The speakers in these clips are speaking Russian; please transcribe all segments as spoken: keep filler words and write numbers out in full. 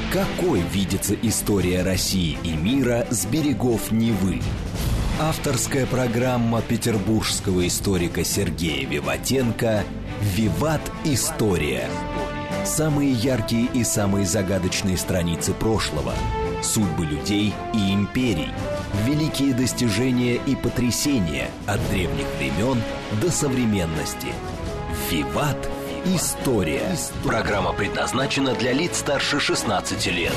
Какой видится история России и мира с берегов Невы? Авторская программа петербургского историка Сергея Виватенко «Виват. История». Самые яркие и самые загадочные страницы прошлого, судьбы людей и империй, великие достижения и потрясения от древних времен до современности. «Виват. История». Программа предназначена для лиц старше шестнадцати лет.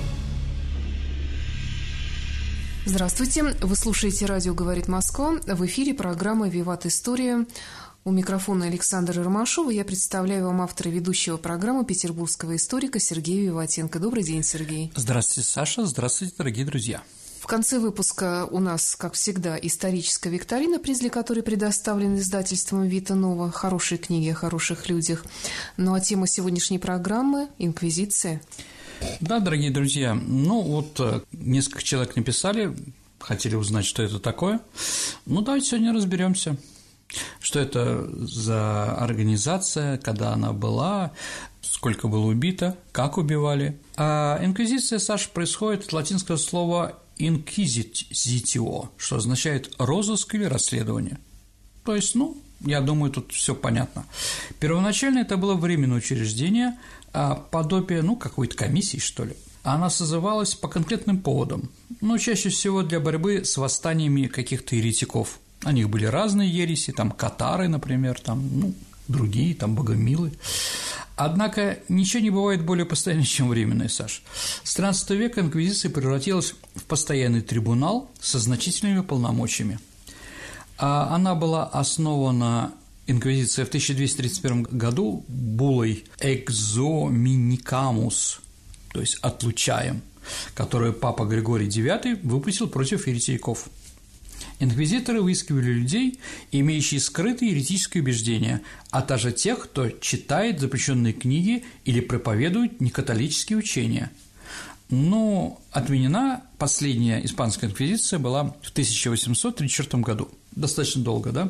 Здравствуйте, вы слушаете «Радио говорит Москва». В эфире программа «Виват. История». У микрофона Александра Ромашова. Я представляю вам автора и ведущего программы петербургского историка Сергея Виватенко. Добрый день, Сергей. Здравствуйте, Саша. Здравствуйте, дорогие друзья. В конце выпуска у нас, как всегда, историческая викторина, приз для которой предоставлен издательством «Вита Нова». Хорошие книги о хороших людях. Ну а тема сегодняшней программы – инквизиция. Да, дорогие друзья, ну вот несколько человек написали, хотели узнать, что это такое. Ну, давайте сегодня разберемся, что это за организация, когда она была, сколько было убито, как убивали. А инквизиция, Саша, происходит от латинского слова «inquisitio», что означает «розыск» или «расследование». То есть, ну, я думаю, тут все понятно. Первоначально это было временное учреждение, подобие, ну, какой-то комиссии, что ли. Она созывалась по конкретным поводам, но чаще всего для борьбы с восстаниями каких-то еретиков. У них были разные ереси, там катары, например, там, ну, другие, там богомилы. Однако ничего не бывает более постоянным, чем временное, Саш. С тринадцатого века инквизиция превратилась в постоянный трибунал со значительными полномочиями. А она была основана, инквизиция, в тысяча двести тридцать первом году буллой «Экзоминикамус», то есть «отлучаем», которую папа Григорий девятый выпустил против еретиков. Инквизиторы выискивали людей, имеющие скрытые еретические убеждения, а также тех, кто читает запрещенные книги или проповедует некатолические учения. Но отменена последняя испанская инквизиция была в тысяча восемьсот тридцать четвёртом году. Достаточно долго, да?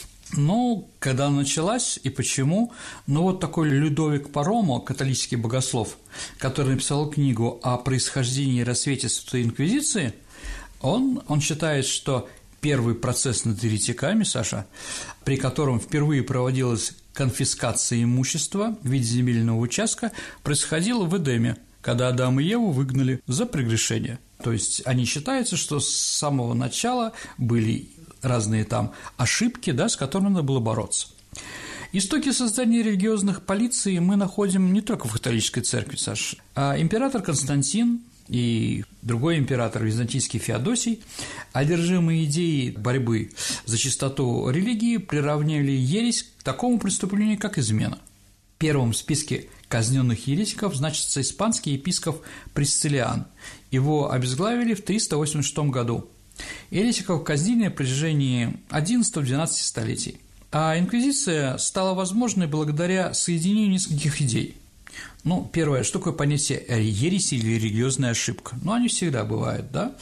Но когда она началась и почему? Ну, вот такой Людовик Паромо, католический богослов, который написал книгу о происхождении и рассвете Святой Инквизиции, он, он считает, что первый процесс над еретиками, Саша, при котором впервые проводилась конфискация имущества в виде земельного участка, происходил в Эдеме, когда Адам и Еву выгнали за прегрешение. То есть они считаются, что с самого начала были разные там ошибки, да, с которыми надо было бороться. Истоки создания религиозных полиций мы находим не только в католической церкви, Саша, а император Константин и другой император византийский Феодосий, одержимые идеей борьбы за чистоту религии, приравняли ересь к такому преступлению, как измена. Первым в списке казненных еретиков значится испанский епископ Присциллиан. Его обезглавили в триста восемьдесят шестом году. Еретиков казнили на протяжении одиннадцатого-двенадцатого столетий. А инквизиция стала возможной благодаря соединению нескольких идей. Ну, первое, что такое понятие ереси или религиозная ошибка? Ну, они всегда бывают, да?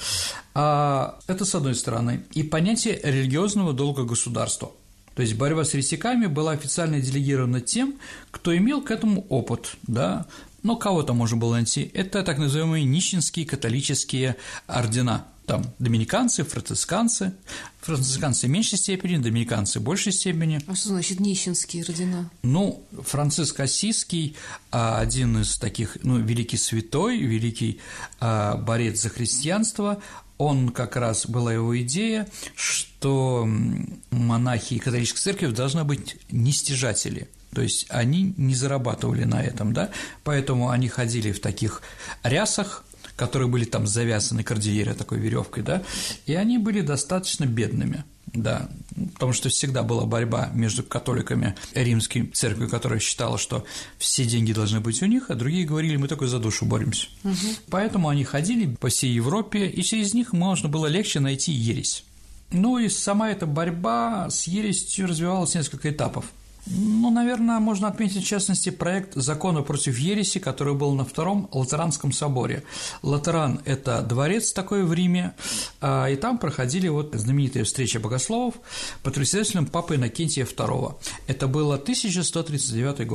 А это с одной стороны. И понятие религиозного долга государства. То есть борьба с еретиками была официально делегирована тем, кто имел к этому опыт, да? Но кого-то можно было найти. Это так называемые нищенские католические ордена. Там доминиканцы, францисканцы, францисканцы в меньшей степени, доминиканцы в большей степени. А что значит нищенские ордена? Ну, Франциск Ассизский, один из таких, ну, великий святой, великий борец за христианство, он как раз, была его идея, что монахи католической церкви должны быть нестяжатели. То есть они не зарабатывали на этом, да, поэтому они ходили в таких рясах, которые были там завязаны кордильерой такой веревкой, да, и они были достаточно бедными, да, потому что всегда была борьба между католиками и римской церковью, которая считала, что все деньги должны быть у них, а другие говорили, мы только за душу боремся. Угу. Поэтому они ходили по всей Европе, и через них можно было легче найти ересь. Ну и сама эта борьба с ересью развивалась в несколько этапов. Ну, наверное, можно отметить, в частности, проект закона против ереси, который был на Втором Латеранском соборе. Латеран – это дворец такой в Риме, и там проходили вот знаменитые встречи богословов под председательством папы Иннокентия второго. Это было тысяча сто тридцать девятый год.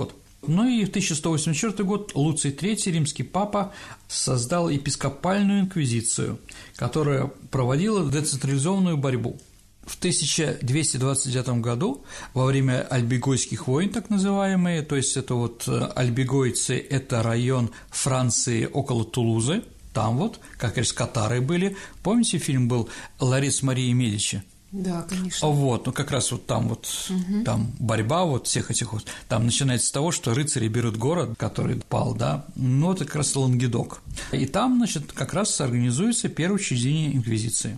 Ну и в тысяча сто восемьдесят четвёртый год Луций третий, римский папа, создал епископальную инквизицию, которая проводила децентрализованную борьбу. В тысяча двести двадцать девятом году, во время альбигойских войн, так называемые, то есть это вот альбигойцы – это район Франции около Тулузы, там вот, как раз катары были. Помните, фильм был «Лариса Мария Медичи»? Да, конечно. Вот, ну как раз вот там вот, угу. там борьба вот всех этих вот, там начинается с того, что рыцари берут город, который пал, да, ну это как раз Лангедок. И там, значит, как раз организуется первое учреждение инквизиции.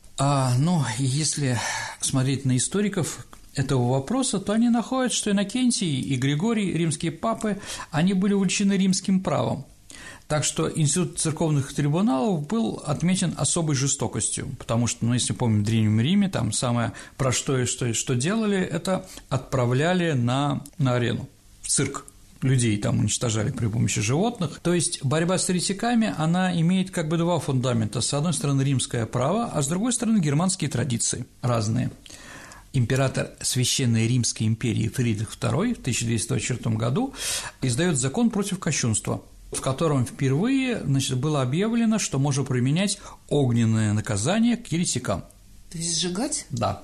А, ну, если смотреть на историков этого вопроса, то они находят, что Иннокентий и Григорий, римские папы, они были увлечены римским правом. Так что институт церковных трибуналов был отмечен особой жестокостью, потому что, ну, если помним, в Древнем Риме, там самое простое, что, что делали, это отправляли на, на арену, в цирк. Людей там уничтожали при помощи животных. То есть борьба с еретиками, она имеет как бы два фундамента. С одной стороны, римское право, а с другой стороны, германские традиции разные. Император Священной Римской империи Фридрих второй в тысяча двести двадцать четвёртом году издает закон против кощунства, в котором впервые, значит, было объявлено, что можно применять огненное наказание к еретикам. То есть сжигать? Да.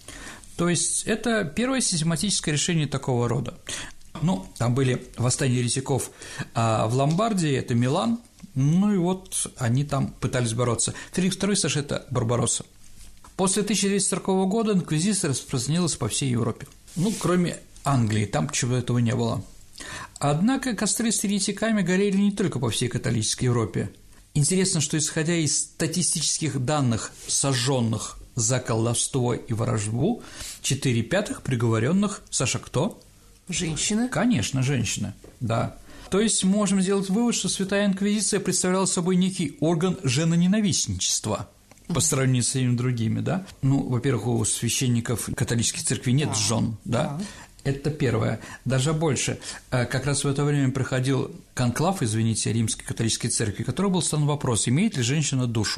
То есть это первое систематическое решение такого рода. Ну, там были восстания еретиков а в Ломбардии, это Милан, ну и вот они там пытались бороться. Фридрих второй, Саша, это Барбаросса. После тысяча двести сорокового года инквизиция распространилась по всей Европе, ну, кроме Англии, там чего этого не было. Однако костры с еретиками горели не только по всей католической Европе. Интересно, что, исходя из статистических данных сожженных за колдовство и ворожбу, четыре пятых приговоренных, Саша, кто? Женщины? Конечно, женщины, да. То есть можем сделать вывод, что Святая Инквизиция представляла собой некий орган женоненавистничества по сравнению с всеми другими, да. Ну, во-первых, у священников католических церквей нет да. жен, да. да. Это первое. Даже больше. Как раз в это время проходил конклав, извините, Римской католической церкви, который был ставлен вопрос, имеет ли женщина душу.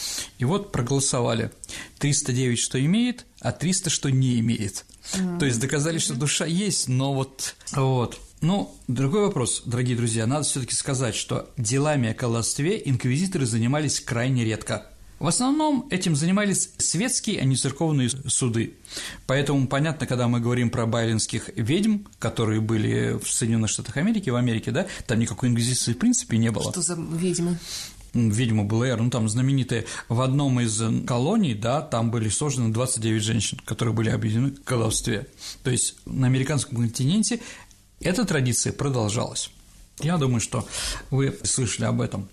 И вот проголосовали. триста девять, что имеет, а триста, что не имеет. Mm-hmm. То есть доказали, что душа есть, но вот… вот. Ну, другой вопрос, дорогие друзья. Надо все-таки сказать, что делами о колдовстве инквизиторы занимались крайне редко. В основном этим занимались светские, а не церковные суды. Поэтому понятно, когда мы говорим про байлинских ведьм, которые были в Соединенных Штатах Америки, в Америке, да, там никакой инквизиции в принципе не было. Что за ведьмы? Ведьма Блэр, ну там знаменитые, в одном из колоний, да, там были созданы двадцать девять женщин, которые были объединены в колдовстве. То есть на американском континенте эта традиция продолжалась. Я думаю, что вы слышали об этом.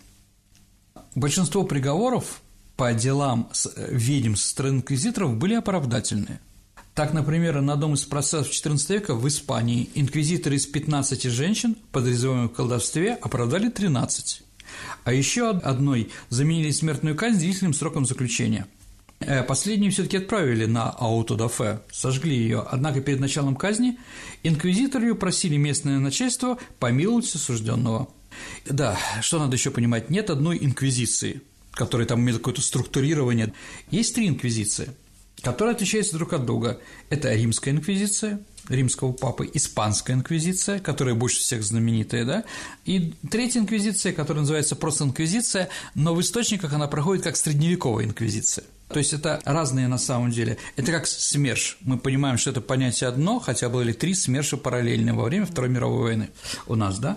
Большинство приговоров по делам ведьм со стороны инквизиторов были оправдательные. Так, например, на одном из процессов четырнадцатого века в Испании инквизиторы из пятнадцати женщин, подозреваемых в колдовстве, оправдали тринадцать. А еще одной заменили смертную казнь длительным сроком заключения. Последнюю все-таки отправили на ауто-да-фе, сожгли ее, однако перед началом казни инквизиторы просили местное начальство помиловать осужденного. Да, что надо еще понимать, нет одной инквизиции, которая там имеет какое-то структурирование. Есть три инквизиции, которые отличаются друг от друга. Это римская инквизиция, римского папы, испанская инквизиция, которая больше всех знаменитая, да, и третья инквизиция, которая называется просто инквизиция, но в источниках она проходит как средневековая инквизиция. То есть это разные на самом деле. Это как СМЕРШ. Мы понимаем, что это понятие одно, хотя были три СМЕРШа параллельно во время Второй мировой войны у нас, да.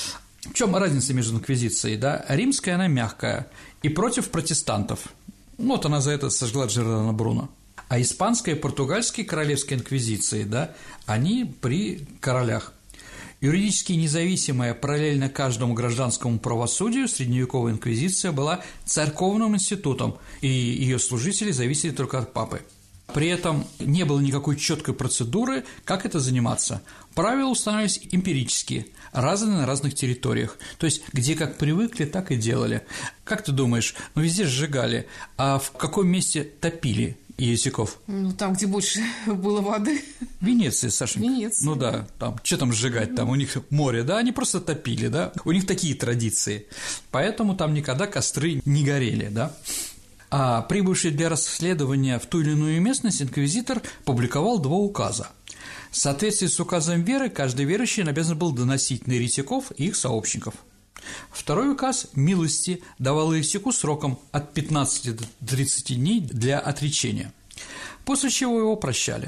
В чем разница между инквизицией, да? Римская, она мягкая и против протестантов. Вот она за это сожгла Джордано Бруно. А испанская и португальская королевские инквизиции, да, они при королях. Юридически независимая, параллельно каждому гражданскому правосудию, средневековая инквизиция была церковным институтом, и ее служители зависели только от папы. При этом не было никакой четкой процедуры, как это заниматься. Правила устанавливались эмпирически, разные на разных территориях. То есть, где как привыкли, так и делали. Как ты думаешь, ну везде сжигали, а в каком месте топили еретиков? Ну, там, где больше было воды. Венеция, Сашенька. Венеция. Ну да, там, что там сжигать, там у них море, да, они просто топили, да, у них такие традиции. Поэтому там никогда костры не горели, да. А прибывший для расследования в ту или иную местность инквизитор публиковал два указа. В соответствии с указом веры каждый верующий обязан был доносить на еретиков и их сообщников. Второй указ милости давал еретику сроком от пятнадцати до тридцати дней для отречения, после чего его прощали.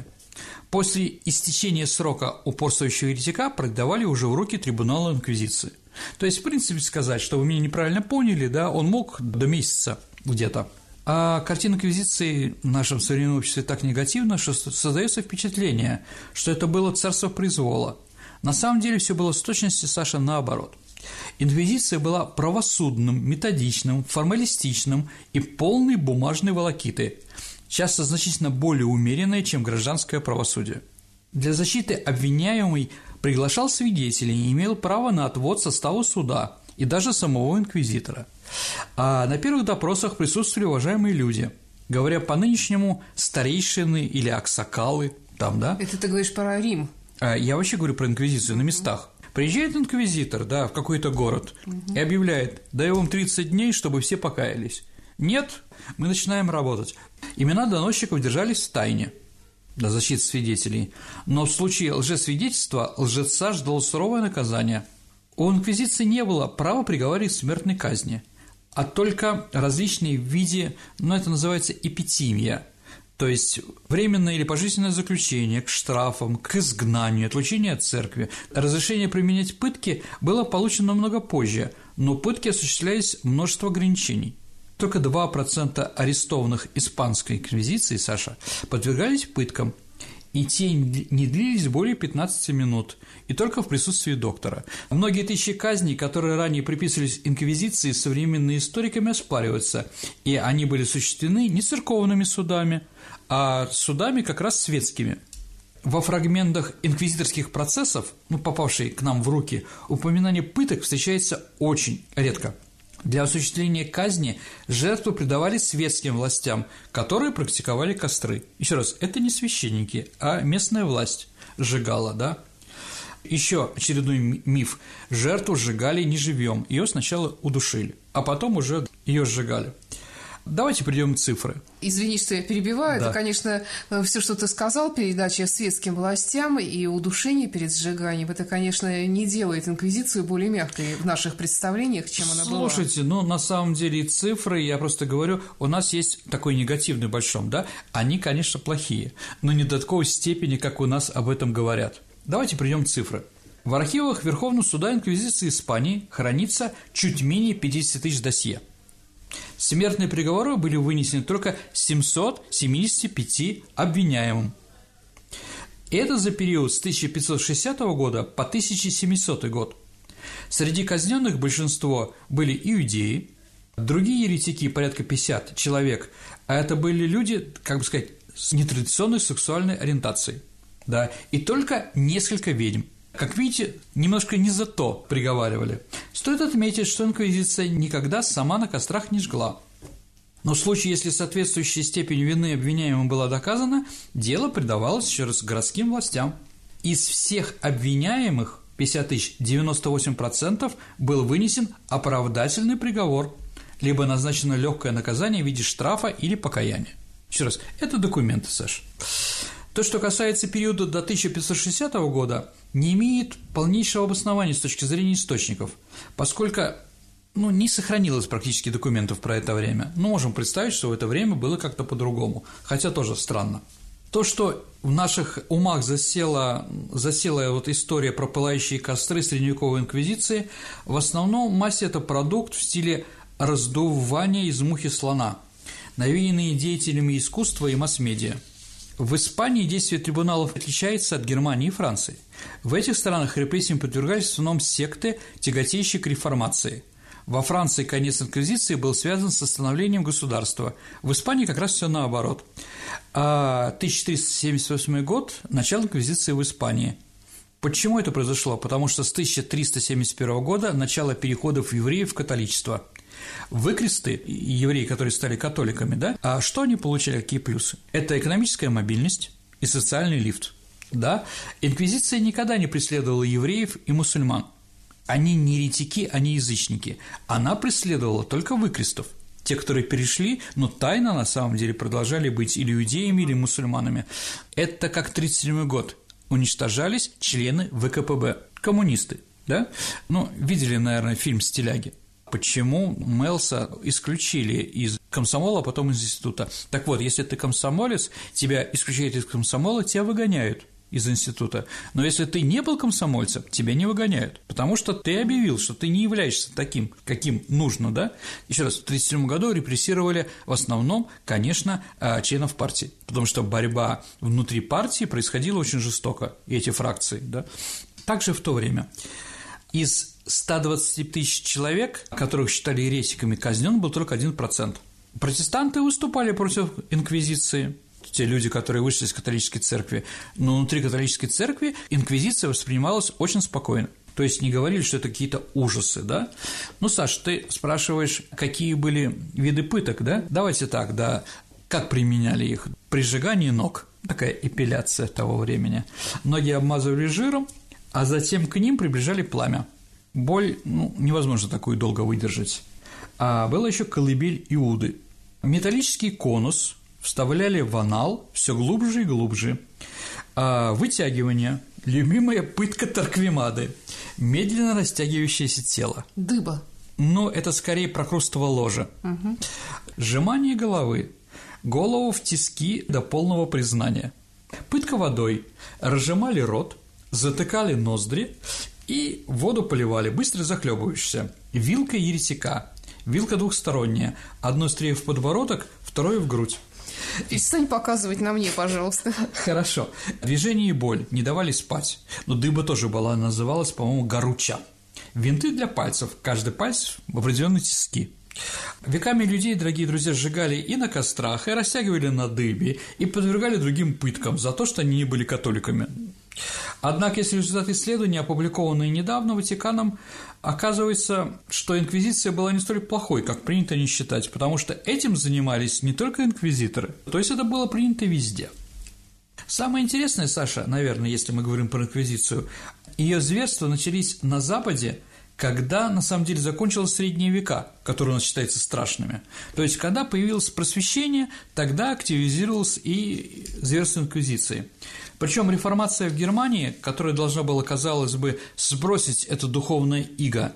После истечения срока упорствующего еретика предавали уже в руки трибунала инквизиции. То есть, в принципе, сказать, что вы меня неправильно поняли, да, он мог до месяца где-то. А картина инквизиции в нашем современном обществе так негативна, что создается впечатление, что это было царство произвола. На самом деле все было с точностью, Саша, наоборот. Инквизиция была правосудным, методичным, формалистичным и полной бумажной волокитой, часто значительно более умеренной, чем гражданское правосудие. Для защиты обвиняемый приглашал свидетелей и имел право на отвод состава суда и даже самого инквизитора. А на первых допросах присутствовали уважаемые люди, говоря по-нынешнему старейшины или аксакалы, там, да? Это ты говоришь про Рим. А я вообще говорю про инквизицию на местах. Приезжает инквизитор, да, в какой-то город и объявляет: даю вам тридцать дней, чтобы все покаялись. Нет, мы начинаем работать. Имена доносчиков держались в тайне для защиты свидетелей, но в случае лжесвидетельства лжеца ждало суровое наказание. У инквизиции не было права приговаривать к смертной казни, а только различные в виде, ну, это называется эпитимия, то есть временное или пожизненное заключение, к штрафам, к изгнанию, отлучение от церкви. Разрешение применять пытки было получено намного позже, но пытки осуществлялись множество ограничений. Только два процента арестованных испанской инквизиции, Саша, подвергались пыткам, и те не длились более пятнадцати минут, и только в присутствии доктора. Многие тысячи казней, которые ранее приписывались инквизиции, современными историками оспариваются, и они были осуществлены не церковными судами, а судами как раз светскими. Во фрагментах инквизиторских процессов, ну, попавшие к нам в руки, упоминание пыток встречается очень редко. Для осуществления казни жертву предавали светским властям, которые практиковали костры. Еще раз, это не священники, а местная власть сжигала, да? Еще очередной миф. Жертву сжигали не живьем, ее сначала удушили, а потом уже ее сжигали. Давайте перейдем к цифры. Извини, что я перебиваю. Да. Это, конечно, все, что ты сказал, передача светским властям и удушение перед сжиганием, это, конечно, не делает инквизицию более мягкой в наших представлениях, чем она была. Слушайте, ну, на самом деле и цифры, я просто говорю, у нас есть такой негативный большом, да, они, конечно, плохие, но не до такой степени, как у нас об этом говорят. Давайте перейдем к цифрам. В архивах Верховного суда инквизиции Испании хранится чуть менее пятьдесят тысяч досье. Смертные приговоры были вынесены только семьсот семидесяти пяти обвиняемым. Это за период с тысяча пятьсот шестидесятого года по тысяча семисотый год. Среди казненных большинство были иудеи, другие еретики, порядка пятьдесят человек, а это были люди, как бы сказать, с нетрадиционной сексуальной ориентацией, да, и только несколько ведьм. Как видите, немножко не за то приговаривали. Стоит отметить, что инквизиция никогда сама на кострах не жгла. Но в случае, если соответствующая степень вины обвиняемым была доказана, дело предавалось еще раз городским властям. Из всех обвиняемых пятьдесят тысяч, девяносто восемь процентов был вынесен оправдательный приговор, либо назначено легкое наказание в виде штрафа или покаяния. Еще раз, это документы, Саш. То, что касается периода до тысяча пятьсот шестидесятого года, не имеет полнейшего обоснования с точки зрения источников, поскольку, ну, не сохранилось практически документов про это время. Но можем представить, что в это время было как-то по-другому, хотя тоже странно. То, что в наших умах засела, засела вот история про пылающие костры средневековой инквизиции, в основном массе это продукт в стиле раздувания из мухи слона, навеянные деятелями искусства и масс-медиа. В Испании действие трибуналов отличается от Германии и Франции. В этих странах репрессиям подвергались в основном секты, тяготеющие к реформации. Во Франции конец инквизиции был связан с становлением государства, в Испании как раз все наоборот. А тысяча триста семьдесят восьмой год – начало инквизиции в Испании. Почему это произошло? Потому что с тысяча триста семьдесят первого года – начало переходов евреев в католичество. Выкресты, евреи, которые стали католиками, да, а что они получали, какие плюсы? Это экономическая мобильность и социальный лифт, да. Инквизиция никогда не преследовала евреев и мусульман. Они не еретики, они язычники. Она преследовала только выкрестов. Те, которые перешли, но тайно на самом деле продолжали быть или иудеями, или мусульманами. Это как тридцать седьмой год. уничтожались члены вэ ка пэ бэ, коммунисты, да? Ну, видели, наверное, фильм «Стиляги». Почему Мэлса исключили из комсомола, а потом из института? Так вот, если ты комсомолец, тебя исключают из комсомола, тебя выгоняют из института. Но если ты не был комсомольцем, тебя не выгоняют, потому что ты объявил, что ты не являешься таким, каким нужно, да? Еще раз, в тысяча девятьсот тридцать седьмом году репрессировали в основном, конечно, членов партии, потому что борьба внутри партии происходила очень жестоко, и эти фракции, да? Также в то время из ста двадцати тысяч человек, которых считали еретиками, казнен был только один процент. Протестанты выступали против инквизиции, те люди, которые вышли из католической церкви, но внутри католической церкви инквизиция воспринималась очень спокойно. То есть не говорили, что это какие-то ужасы, да? Ну, Саш, ты спрашиваешь, какие были виды пыток, да? Давайте так, да, как применяли их? При сжигании ног, такая эпиляция того времени. Ноги обмазывали жиром, а затем к ним приближали пламя. Боль, ну, невозможно такую долго выдержать. А была еще колыбель Иуды. Металлический конус вставляли в анал все глубже и глубже. А вытягивание, любимая пытка Торквемады, медленно растягивающееся тело. Дыба. Но это скорее прокрустово ложе. Угу. Сжимание головы, голову в тиски до полного признания. Пытка водой, разжимали рот, затыкали ноздри и воду поливали, быстро захлебываешься. Вилка еретика, вилка двухсторонняя, одно острие в подбородок, второе в грудь. Перестань показывать на мне, пожалуйста. Хорошо. Движение и боль не давали спать. Но дыба тоже была, называлась, по-моему, горуча. Винты для пальцев, каждый палец в определенные тиски. Веками людей, дорогие друзья, сжигали и на кострах, и растягивали на дыбе, и подвергали другим пыткам за то, что они не были католиками. Однако, если результаты исследований, опубликованные недавно Ватиканом, оказывается, что инквизиция была не столь плохой, как принято не считать, потому что этим занимались не только инквизиторы, то есть это было принято везде. Самое интересное, Саша, наверное, если мы говорим про инквизицию, ее зверства начались на Западе, когда, на самом деле, закончилось средние века, которые у нас считаются страшными. То есть, когда появилось просвещение, тогда активизировалось и зверство инквизиции. Причем реформация в Германии, которая должна была, казалось бы, сбросить это духовное иго,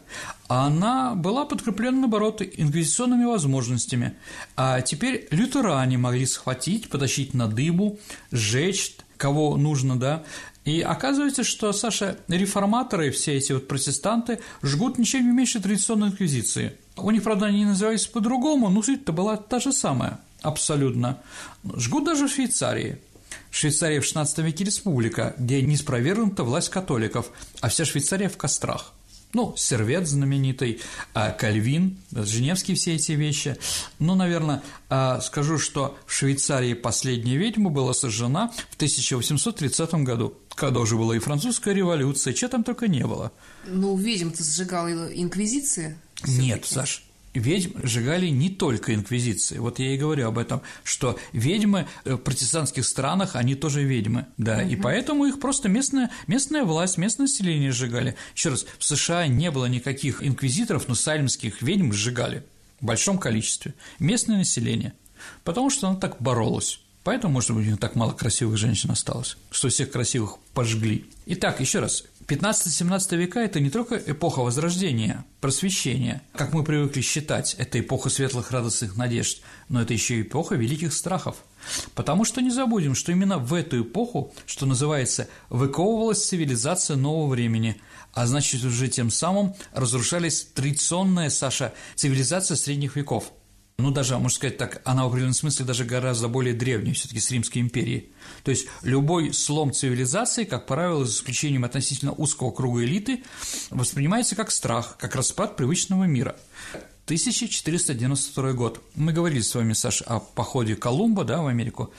она была подкреплена, наоборот, инквизиционными возможностями. А теперь лютеране могли схватить, потащить на дыбу, сжечь, кого нужно, да. И оказывается, что, Саша, реформаторы, все эти вот протестанты, жгут ничем не меньше традиционной инквизиции. У них, правда, они назывались по-другому, но суть-то была та же самая, абсолютно. Жгут даже в Швейцарии. Швейцария в шестнадцатом веке республика, где не спровергнута власть католиков, а вся Швейцария в кострах. Ну, Сервет знаменитый, Кальвин, Женевские все эти вещи. Ну, наверное, скажу, что в Швейцарии последняя ведьма была сожжена в тысяча восемьсот тридцатом году, когда уже была и французская революция, чего там только не было. Ну, ведьм-то сжигала инквизиция? Нет, Саш. Ведьм сжигали не только инквизиции. Вот я и говорю об этом, что ведьмы в протестантских странах, они тоже ведьмы, да, угу. И поэтому их просто местная, местная власть, местное население сжигали. Еще раз, в США не было никаких инквизиторов, но сальмских ведьм сжигали в большом количестве. Местное население, потому что оно так боролось. Поэтому, может быть, у них так мало красивых женщин осталось, что всех красивых пожгли. Итак, еще раз, пятнадцатый-семнадцатый века – это не только эпоха Возрождения, просвещения, как мы привыкли считать, это эпоха светлых радостных надежд, но это еще и эпоха великих страхов. Потому что не забудем, что именно в эту эпоху, что называется, выковывалась цивилизация нового времени, а значит, уже тем самым разрушались традиционная, Саша, цивилизация средних веков. Ну, даже, можно сказать так, она в определенном смысле даже гораздо более древняя все-таки с Римской империей. То есть любой слом цивилизации, как правило, за исключением относительно узкого круга элиты, воспринимается как страх, как распад привычного мира. тысяча четыреста девяносто второй год. Мы говорили с вами, Саша, о походе Колумба, да, в Америку.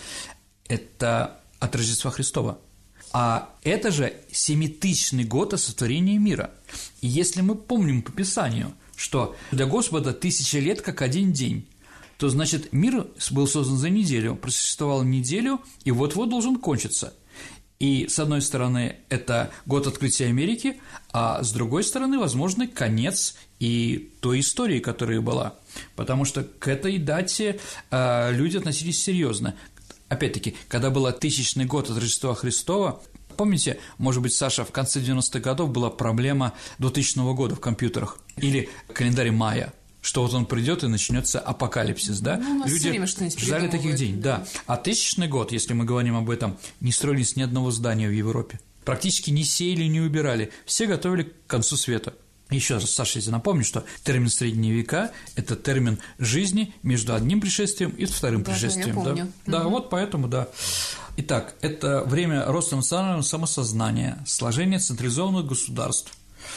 Это от Рождества Христова. А это же семитысячный год от сотворения мира. И если мы помним по Писанию, что для Господа тысяча лет как один день, то, значит, мир был создан за неделю, просуществовал неделю и вот-вот должен кончиться. И, с одной стороны, это год открытия Америки, а с другой стороны, возможно, конец и той истории, которая была, потому что к этой дате э, люди относились серьезно. Опять-таки, когда был тысячный год от Рождества Христова, Помните, может быть, Саша, в конце девяностых годов была проблема двухтысячного года в компьютерах или календарь майя, что вот он придет и начнется апокалипсис, да? Ну, у нас Люди все время что-нибудь ждали таких дней, да. А тысячный год, если мы говорим об этом, не строились ни одного здания в Европе. Практически не сеяли, не убирали. Все готовили к концу света. Еще раз, Саша, я напомню, что термин «средние века» – это термин жизни между одним пришествием и вторым да, пришествием. Да, я помню. Да, угу. да, вот поэтому, да. Итак, это время роста национального самосознания, сложения централизованных государств.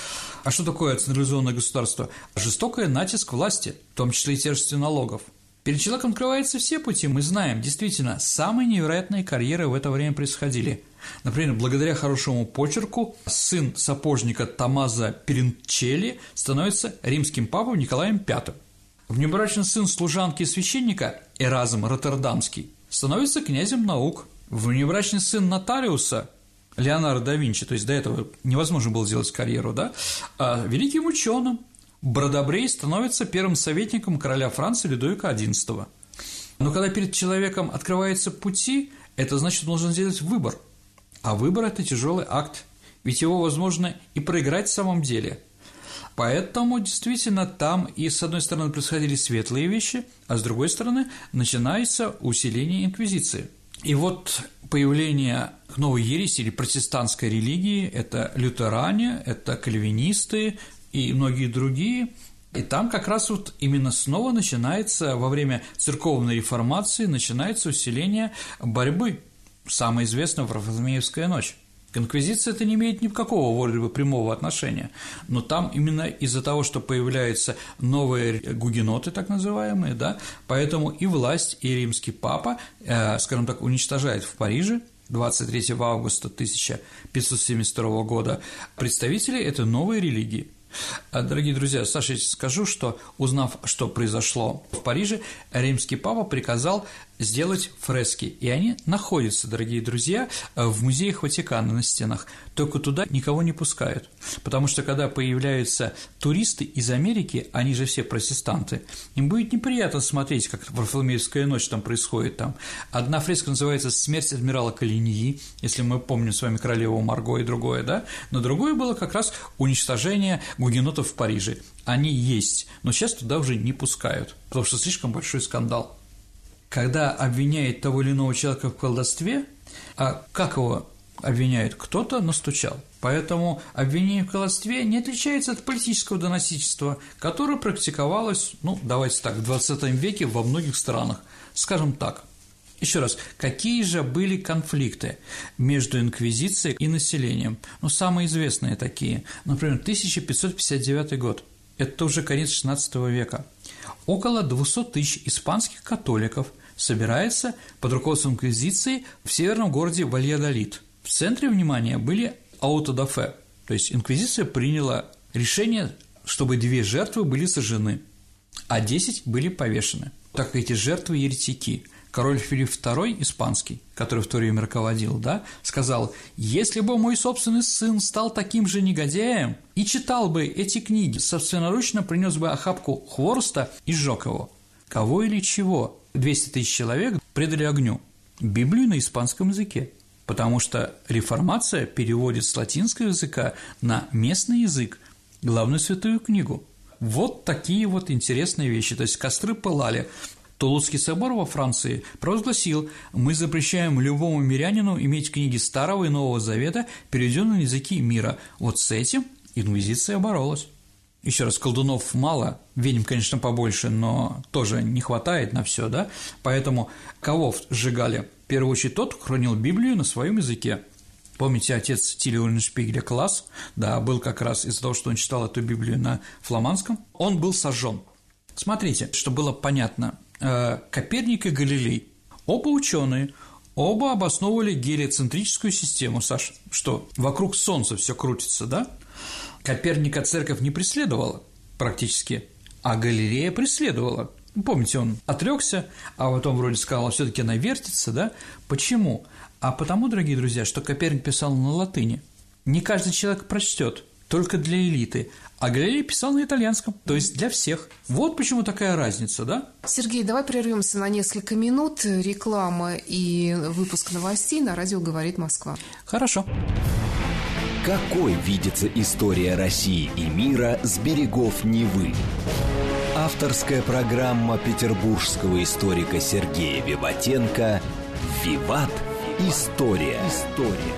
А что такое централизованное государство? Жестокий натиск власти, в том числе и тяжести налогов. Перед человеком открываются все пути, мы знаем, действительно, самые невероятные карьеры в это время происходили. Например, благодаря хорошему почерку сын сапожника Томмазо Перинчелли становится римским папой Николаем Пятым. Внебрачный сын служанки и священника Эразм Роттердамский становится князем наук. Внебрачный сын нотариуса Леонардо да Винчи, то есть до этого невозможно было сделать карьеру, да, а великим ученым Бродобрей становится первым советником короля Франции Людовика одиннадцатого. Но когда перед человеком открываются пути, это значит, он должен сделать выбор. А выбор – это тяжелый акт, ведь его возможно и проиграть в самом деле. Поэтому действительно там и с одной стороны происходили светлые вещи, а с другой стороны начинается усиление инквизиции. И вот появление новой ереси или протестантской религии – это лютеране, это кальвинисты и многие другие. И там как раз вот именно снова начинается, во время церковной реформации, начинается усиление борьбы. Самое известное – Варфоломеевская ночь. К инквизиции это не имеет никакого вроде бы прямого отношения, но там именно из-за того, что появляются новые гугеноты, так называемые, да, поэтому и власть, и римский папа, э, скажем так, уничтожает в Париже двадцать третьего августа тысяча пятьсот семьдесят второго года представителей этой новой религии. Дорогие друзья, Саша, я скажу, что, узнав, что произошло в Париже, римский папа приказал сделать фрески, и они находятся, дорогие друзья, в музеях Ватикана на стенах, только туда никого не пускают, потому что когда появляются туристы из Америки, они же все протестанты, им будет неприятно смотреть, как Варфоломеевская ночь там происходит. Там одна фреска называется «Смерть адмирала Калиньи», если мы помним с вами королеву Марго и другое, да, но другое было как раз уничтожение гугенотов в Париже. Они есть, но сейчас туда уже не пускают, потому что слишком большой скандал. Когда обвиняет того или иного человека в колдовстве, а как его обвиняют? Кто-то настучал. Поэтому обвинение в колдовстве не отличается от политического доносительства, которое практиковалось, ну, давайте так, в двадцатом веке во многих странах. Скажем так. Еще раз, какие же были конфликты между инквизицией и населением? Ну, самые известные такие. Например, тысяча пятьсот пятьдесят девятый год. Это уже конец шестнадцатого века. Около двухсот тысяч испанских католиков собирается под руководством инквизиции в северном городе Вальядолид. В центре внимания были аутодафе, то есть инквизиция приняла решение, чтобы две жертвы были сожжены, а десять были повешены, так как эти жертвы еретики. Король Филипп второй, испанский, который в то время руководил, да, сказал: «Если бы мой собственный сын стал таким же негодяем и читал бы эти книги, собственноручно принес бы охапку хвороста и сжег его». Кого или чего? двести тысяч человек предали огню. Библию на испанском языке, потому что реформация переводит с латинского языка на местный язык главную святую книгу. Вот такие вот интересные вещи, то есть костры пылали. Тулузский собор во Франции провозгласил: «Мы запрещаем любому мирянину иметь книги Старого и Нового Завета, переведенные на языки мира». Вот с этим инквизиция боролась. Еще раз, колдунов мало, ведьм, конечно, побольше, но тоже не хватает на все, да? Поэтому кого сжигали? В первую очередь тот, кто хранил Библию на своем языке. Помните, отец Тилля Ульншпигеля Класс, да, был как раз из-за того, что он читал эту Библию на фламандском, он был сожжен. Смотрите, чтобы было понятно, Коперник и Галилей, оба ученые, оба обосновывали гелиоцентрическую систему. Саш, что, вокруг Солнца все крутится, да? Коперника церковь не преследовала практически, а Галилея преследовала. Помните, он отрёкся, а потом вроде сказал, все таки она вертится, да? Почему? А потому, дорогие друзья, что Коперник писал на латыни. Не каждый человек прочтет только для элиты, а Галилей писал на итальянском, то есть для всех. Вот почему такая разница, да? Сергей, давай прервемся на несколько минут. Реклама и выпуск новостей на радио «Говорит Москва». Хорошо. Какой видится история России и мира с берегов Невы? Авторская программа петербургского историка Сергея Виватенко «Виват. История». История.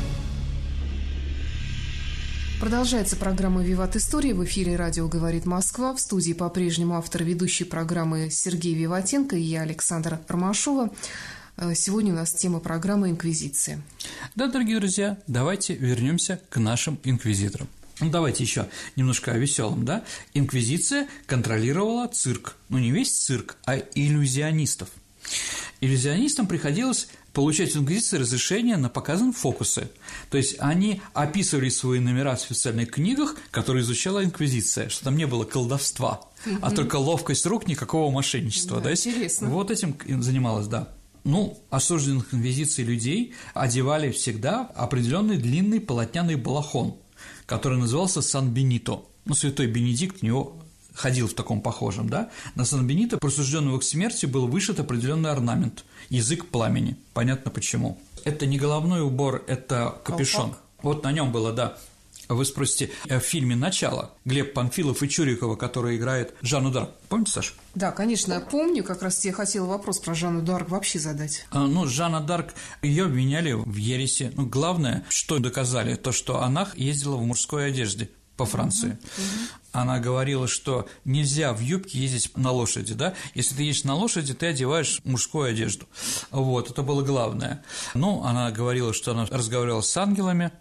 Продолжается программа «Виват. История». В эфире радио «Говорит Москва». В студии по-прежнему автор ведущей программы Сергей Виватенко и я, Александра Ромашова. Сегодня у нас тема программы «Инквизиция». Да, дорогие друзья, давайте вернемся к нашим инквизиторам. Ну, давайте еще немножко о веселом, да? Инквизиция контролировала цирк. Ну, не весь цирк, а иллюзионистов. Иллюзионистам приходилось получать в инквизиции разрешение на показы фокусы. То есть они описывали свои номера в специальных книгах, которые изучала инквизиция, что там не было колдовства, mm-hmm. а только ловкость рук, никакого мошенничества. Да, да? интересно. Вот этим занималась, да. Ну, осужденных инквизицией людей одевали всегда определенный длинный полотняный балахон, который назывался Сан-Бенито. Ну, святой Бенедикт в него ходил в таком похожем, да? На Сан-Бенито присужденного к смерти был вышит определенный орнамент – язык пламени. Понятно почему. Это не головной убор, это капюшон. Колпак. Вот на нем было, да. Вы спросите, в фильме «Начало» Глеб Панфилов и Чурикова, которая играет Жанну Дарк. Помните, Саша? Да, конечно, я помню. Как раз я хотела вопрос про Жанну Дарк вообще задать. А, ну, Жанна Дарк, ее обвиняли в ереси. Ну, главное, что доказали, то, что она ездила в мужской одежде по Франции. Uh-huh. Она говорила, что нельзя в юбке ездить на лошади, да? Если ты едешь на лошади, ты одеваешь мужскую одежду. Вот, это было главное. Ну, она говорила, что она разговаривала с ангелами,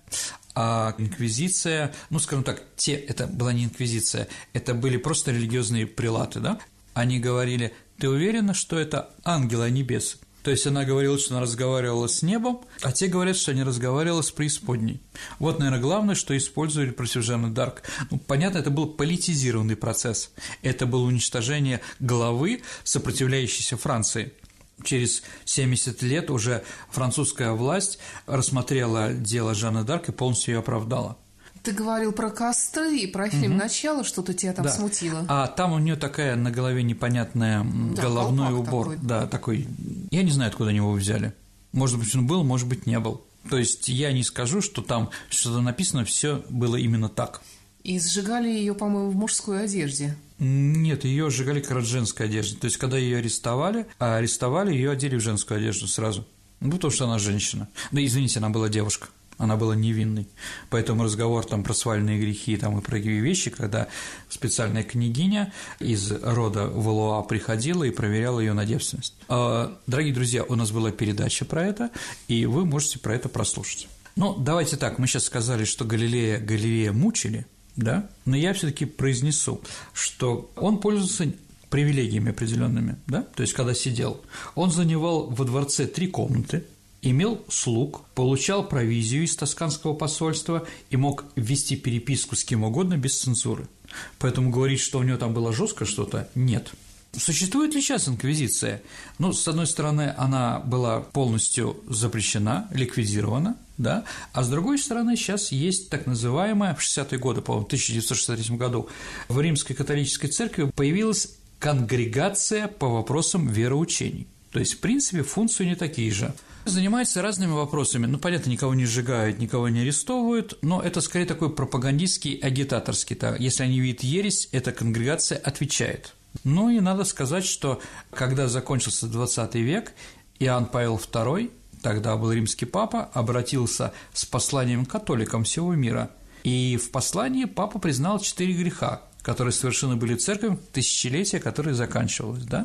а инквизиция, ну, скажем так, те, это была не инквизиция, это были просто религиозные прелаты, да? Они говорили: ты уверена, что это ангелы, а не бесы? То есть она говорила, что она разговаривала с небом, а те говорят, что она разговаривала с преисподней. Вот, наверное, главное, что использовали против Жанны Дарк. Ну, понятно, это был политизированный процесс. Это было уничтожение главы сопротивляющейся Франции. Через семьдесят лет уже французская власть рассмотрела дело Жанны Дарк и полностью ее оправдала. Ты говорил про костры и про фильм угу. «Начало», что-то тебя там да. смутило. А там у нее такая на голове непонятная да, головной убор. Такой. Да, такой. Я не знаю, откуда они его взяли. Может быть, он был, может быть, не был. То есть я не скажу, что там что-то написано, все было именно так. И сжигали ее, по-моему, в мужской одежде. Нет, ее сжигали как раз в женской одежде. То есть, когда ее арестовали, а арестовали, ее одели в женскую одежду сразу. Ну, потому что она женщина. Да, извините, она была девушка. Она была невинной. Поэтому разговор там про свальные грехи там, и про такие вещи, когда специальная княгиня из рода Валуа приходила и проверяла ее на девственность. Дорогие друзья, у нас была передача про это, и вы можете про это прослушать. Ну, давайте так, мы сейчас сказали, что Галилея, Галилея мучили, да, но я все-таки произнесу, что он пользовался привилегиями определенными, да, то есть когда сидел, он занимал во дворце три комнаты, имел слуг, получал провизию из тосканского посольства и мог вести переписку с кем угодно без цензуры. Поэтому говорить, что у него там было жестко что-то, нет. Существует ли сейчас инквизиция? Ну, с одной стороны, она была полностью запрещена, ликвидирована, да, а с другой стороны, сейчас есть так называемая, в шестидесятые годы, по-моему, в тысяча девятьсот шестьдесят третьем году в Римской католической церкви появилась конгрегация по вопросам вероучений. То есть, в принципе, функции не такие же. Занимается разными вопросами. Ну, понятно, никого не сжигают, никого не арестовывают, но это скорее такой пропагандистский, агитаторский. Так, если они видят ересь, эта конгрегация отвечает. Ну и надо сказать, что когда закончился двадцатый век, Иоанн Павел второй, тогда был римский папа, обратился с посланием к католикам всего мира. И в послании папа признал четыре греха, которые совершены были церковью в тысячелетие, которое заканчивалось, да?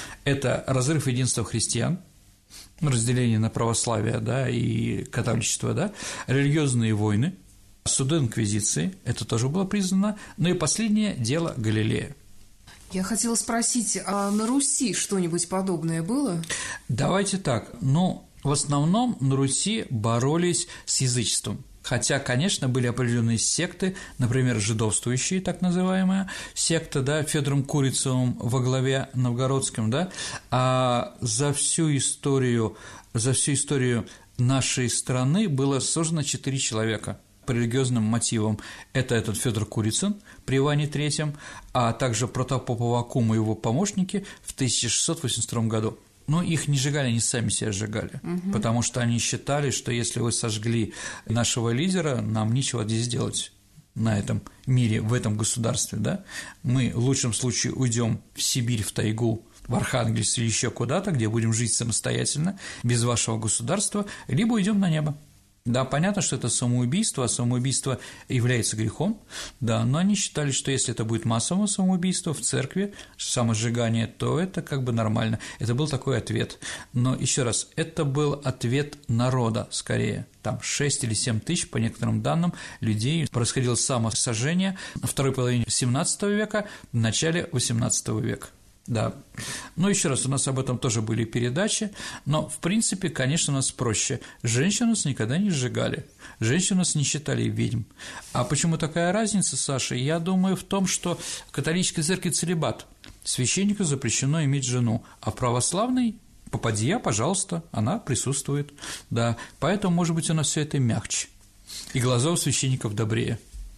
Это разрыв единства христиан, разделение на православие, да, и католичество, да, религиозные войны, суды инквизиции, это тоже было признано, ну и последнее – дело Галилея. Я хотела спросить, а на Руси что-нибудь подобное было? Давайте так, ну, в основном на Руси боролись с язычеством. Хотя, конечно, были определенные секты, например, жидовствующие, так называемая секта, да, Федором Курицевым во главе новгородским, да, а за всю историю, за всю историю нашей страны было создано четыре человека. по религиозным мотивам. Это этот Федор Курицын при Иване третьем, а также протопоп Аввакум и его помощники в тысяча шестьсот восемьдесят втором году. Но их не сжигали, они сами себя сжигали, угу. потому что они считали, что если вы сожгли нашего лидера, нам нечего здесь делать на этом мире, в этом государстве, да? Мы в лучшем случае уйдем в Сибирь, в тайгу, в Архангельск или еще куда-то, где будем жить самостоятельно, без вашего государства, либо уйдем на небо. Да, понятно, что это самоубийство, а самоубийство является грехом, да, но они считали, что если это будет массовое самоубийство в церкви, самосжигание, то это как бы нормально. Это был такой ответ. Но еще раз, это был ответ народа скорее. Там шесть или семь тысяч, по некоторым данным, людей происходило самосожжение во второй половине семнадцатого века, в начале восемнадцатого века. Да, но еще раз, у нас об этом тоже были передачи, но, в принципе, конечно, у нас проще. Женщин у нас никогда не сжигали, женщин у нас не считали ведьм. А почему такая разница, Саша? Я думаю в том, что в католической церкви целибат, священнику запрещено иметь жену, а в православной попадья, пожалуйста, она присутствует, да, поэтому, может быть, у нас все это мягче, и глаза у священников добрее.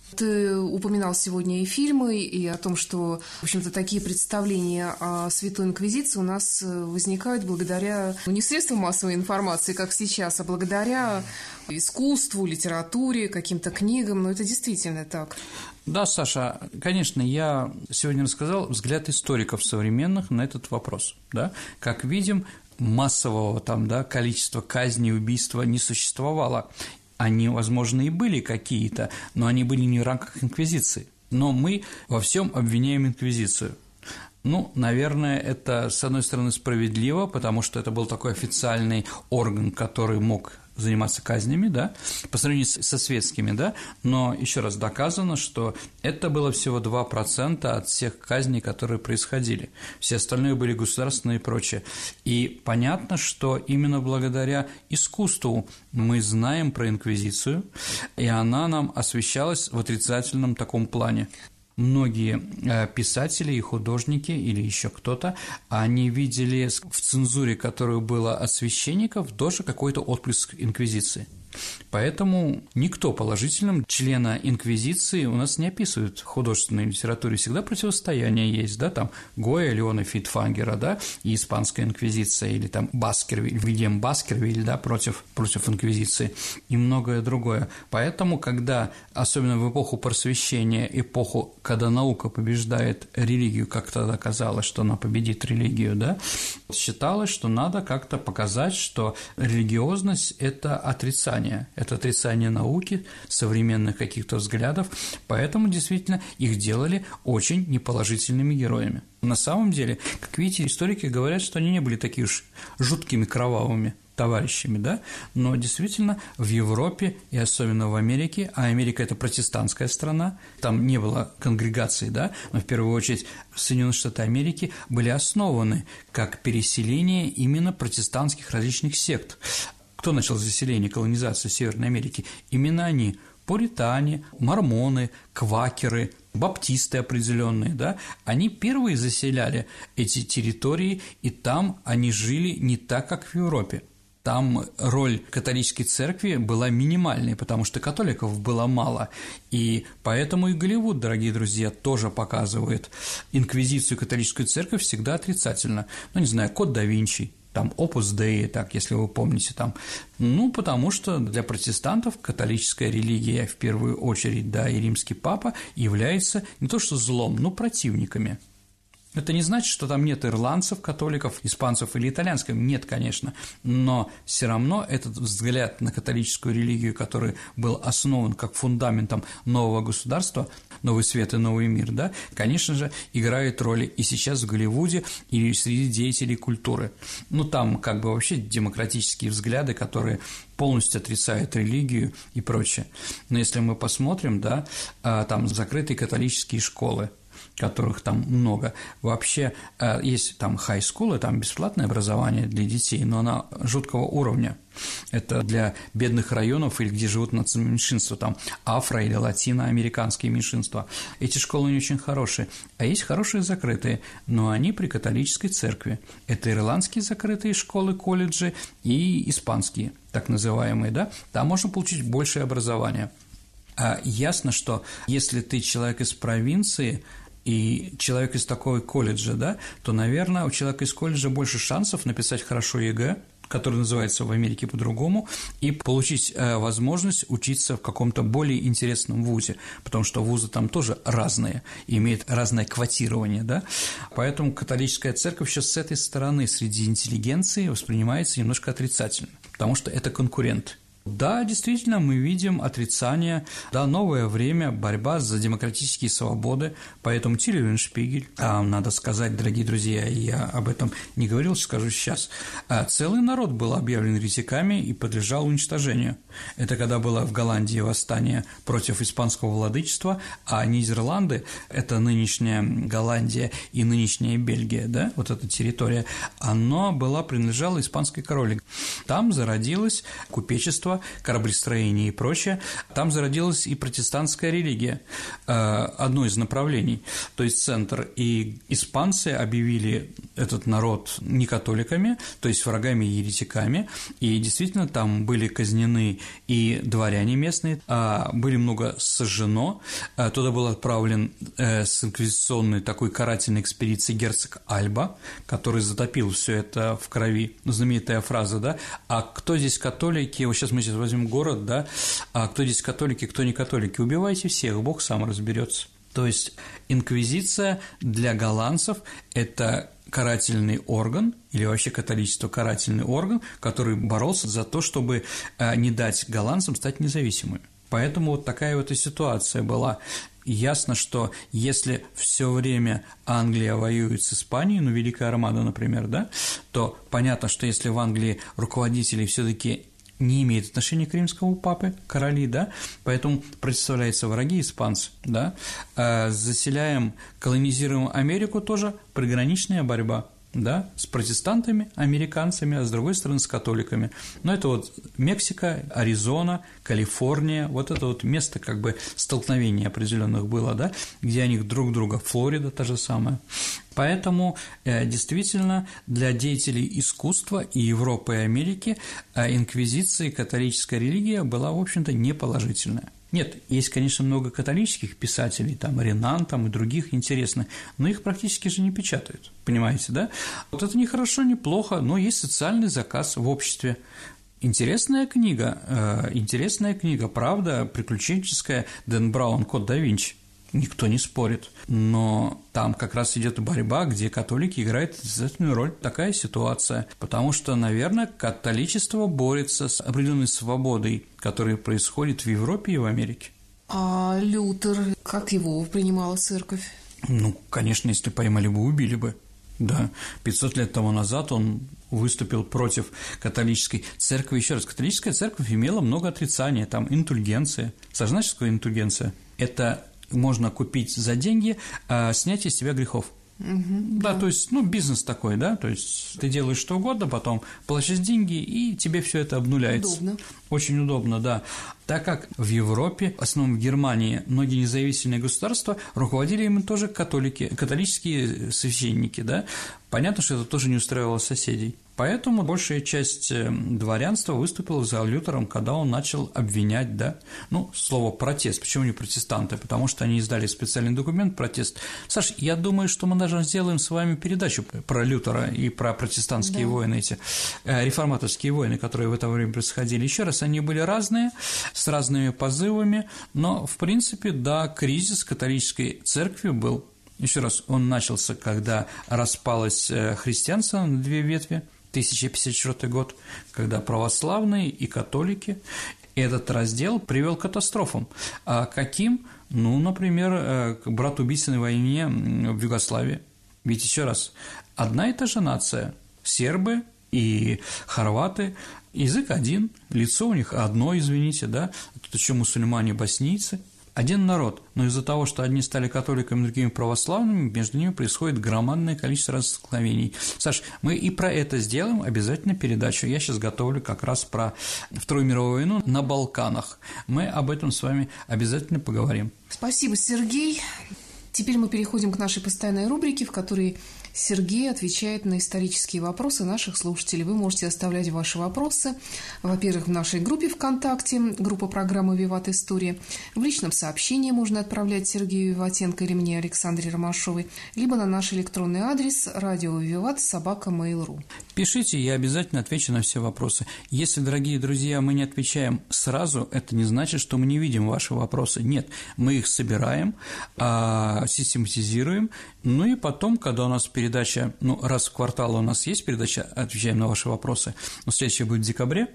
Ты упоминал сегодня и фильмы, и о том, что, в общем-то, такие представления о Святой Инквизиции у нас возникают благодаря, ну, не средствам массовой информации, как сейчас, а благодаря искусству, литературе, каким-то книгам, но это действительно так. Да, Саша, конечно, я сегодня рассказал взгляд историков современных на этот вопрос, да, как видим, массового там, да, количества казней, убийства не существовало. Они, возможно, и были какие-то, но они были не в рамках инквизиции. Но мы во всем обвиняем инквизицию. Ну, наверное, это, с одной стороны, справедливо, потому что это был такой официальный орган, который мог заниматься казнями, да, по сравнению со светскими, да, но еще раз доказано, что это было всего два процента от всех казней, которые происходили, все остальные были государственные и прочее, и понятно, что именно благодаря искусству мы знаем про инквизицию, и она нам освещалась в отрицательном таком плане. Многие писатели и художники или еще кто-то, они видели в цензуре, которая была от священников, тоже какой-то отблеск инквизиции. Поэтому никто положительным члена инквизиции у нас не описывает в художественной литературе. Всегда противостояние есть, да, там Гойя, Леона Фейтфагера, да, и испанская инквизиция, или там Баскервиль, Вильям Баскервиль, да, против, против инквизиции, и многое другое. Поэтому, когда, особенно в эпоху просвещения, эпоху, когда наука побеждает религию, как тогда казалось, что она победит религию, да, считалось, что надо как-то показать, что религиозность – это отрицание. Это отрицание науки, современных каких-то взглядов, поэтому действительно их делали очень неположительными героями. На самом деле, как видите, историки говорят, что они не были такими уж жуткими кровавыми товарищами, да, но действительно в Европе и особенно в Америке, а Америка – это протестантская страна, там не было конгрегаций, да, но в первую очередь Соединенные Штаты Америки были основаны как переселение именно протестантских различных сект. Кто начал заселение, колонизацию Северной Америки? Именно они – пуритане, мормоны, квакеры, баптисты определенные, да? Они первые заселяли эти территории, и там они жили не так, как в Европе. Там роль католической церкви была минимальной, потому что католиков было мало, и поэтому и Голливуд, дорогие друзья, тоже показывает инквизицию, католическую церковь всегда отрицательно. Ну, не знаю, Код да Винчи, там Опус Деи, так, если вы помните, там, ну, потому что для протестантов католическая религия, в первую очередь, да, и римский папа, является не то что злом, но противниками. Это не значит, что там нет ирландцев, католиков, испанцев или итальянских, нет, конечно, но все равно этот взгляд на католическую религию, который был основан как фундаментом нового государства, новый свет и новый мир, да, конечно же, играет роль и сейчас в Голливуде, и среди деятелей культуры. Ну, там как бы вообще демократические взгляды, которые полностью отрицают религию и прочее. Но если мы посмотрим, да, там закрытые католические школы, которых там много. Вообще есть там хай-скулы, там бесплатное образование для детей, но оно жуткого уровня. Это для бедных районов или где живут национальные меньшинства, там афро- или латиноамериканские меньшинства. Эти школы не очень хорошие. А есть хорошие закрытые, но они при католической церкви. Это ирландские закрытые школы, колледжи и испанские, так называемые, да. Там можно получить большее образование. Ясно, что если ты человек из провинции и человек из такого колледжа, да, то, наверное, у человека из колледжа больше шансов написать хорошо ЕГЭ, который называется в Америке по-другому, и получить э, возможность учиться в каком-то более интересном вузе, потому что вузы там тоже разные, имеют разное квотирование, да, поэтому католическая церковь сейчас с этой стороны среди интеллигенции воспринимается немножко отрицательно, потому что это конкурент. Да, действительно, мы видим отрицание, да, новое время, борьба за демократические свободы, поэтому Тиль Eulenspiegel, а, надо сказать, дорогие друзья, я об этом не говорил, скажу сейчас, а, целый народ был объявлен еретиками и подлежал уничтожению. Это когда было в Голландии восстание против испанского владычества, а Нидерланды, это нынешняя Голландия и нынешняя Бельгия, да, вот эта территория, она была, принадлежала испанской короне. Там зародилось купечество, кораблестроение и прочее, там зародилась и протестантская религия, одно из направлений, то есть центр, и испанцы объявили этот народ не католиками, то есть врагами и еретиками, и действительно там были казнены и дворяне местные, были много сожжено, туда был отправлен с инквизиционной такой карательной экспедицией герцог Альба, который затопил все это в крови, знаменитая фраза, да, а кто здесь католики, вот сейчас мы сейчас возьмем город, да, а кто здесь католики, кто не католики, убивайте всех, Бог сам разберется. То есть инквизиция для голландцев – это карательный орган, или вообще католичество – карательный орган, который боролся за то, чтобы не дать голландцам стать независимыми. Поэтому вот такая вот и ситуация была. Ясно, что если все время Англия воюет с Испанией, ну, Великая Армада, например, да, то понятно, что если в Англии руководители все-таки не имеет отношения к римскому папе, короли, да, поэтому представляются враги испанцы, да, а заселяем, колонизируем Америку тоже, приграничная борьба, да, с протестантами, американцами, а с другой стороны с католиками. Но это вот Мексика, Аризона, Калифорния, вот это вот место как бы столкновения определенных было, да, где они друг друга, Флорида та же самая. Поэтому действительно для деятелей искусства и Европы и Америки инквизиция и католическая религия была, в общем-то, неположительная. Нет, есть, конечно, много католических писателей, там, Ренан, там, и других интересных, но их практически же не печатают, понимаете, да? Вот это не хорошо, не плохо, но есть социальный заказ в обществе. Интересная книга, э, интересная книга, правда, приключенческая, Дэн Браун, Код да Винчи. Никто не спорит, но там как раз идет борьба, где католики играют обязательную роль. Такая ситуация, потому что, наверное, католичество борется с определенной свободой, которая происходит в Европе и в Америке. А Лютер, как его принимала церковь? Ну, конечно, если поймали бы, убили бы. Да, пятьсот лет тому назад он выступил против католической церкви. Еще раз, католическая церковь имела много отрицания, там индульгенция. Знаешь, что такое индульгенция? Это можно купить за деньги а, снятие с себя грехов. Угу, да, да, то есть, ну, бизнес такой, да, то есть ты делаешь что угодно, потом платишь деньги, и тебе все это обнуляется. Удобно. Очень удобно, да. Так как в Европе, в основном в Германии, многие независимые государства руководили им тоже католики, католические священники, да. Понятно, что это тоже не устраивало соседей. Поэтому большая часть дворянства выступила за Лютером, когда он начал обвинять, да, ну, слово «протест». Почему не протестанты? Потому что они издали специальный документ «протест». Саш, я думаю, что мы даже сделаем с вами передачу про Лютера и про протестантские да. войны, эти реформаторские войны, которые в это время происходили. Еще раз, они были разные, с разными позывами, но, в принципе, да, кризис католической церкви был. Еще раз, он начался, когда распалось христианство на две ветви, тысяча пятьдесят четвёртый год, когда православные и католики, этот раздел привел к катастрофам. А каким? Ну, например, к братоубийственной войне в Югославии. Ведь еще раз, одна и та же нация, сербы и хорваты, язык один, лицо у них одно, извините, да, тут еще мусульмане, боснийцы. Один народ, но из-за того, что одни стали католиками, другими православными, между ними происходит громадное количество разных столкновений. Саш, мы и про это сделаем обязательно передачу. Я сейчас готовлю как раз про Вторую мировую войну на Балканах. Мы об этом с вами обязательно поговорим. Спасибо, Сергей. Теперь мы переходим к нашей постоянной рубрике, в которой Сергей отвечает на исторические вопросы наших слушателей. Вы можете оставлять ваши вопросы, во-первых, в нашей группе ВКонтакте, группа программы «Виват История». В личном сообщении можно отправлять Сергею Виватенко или мне, Александре Ромашовой, либо на наш электронный адрес радио виват собака мейл точка ру. Пишите, я обязательно отвечу на все вопросы. Если, дорогие друзья, мы не отвечаем сразу, это не значит, что мы не видим ваши вопросы. Нет, мы их собираем, систематизируем, ну и потом, когда у нас передача, ну, раз в квартал у нас есть передача, отвечаем на ваши вопросы, но следующая будет в декабре,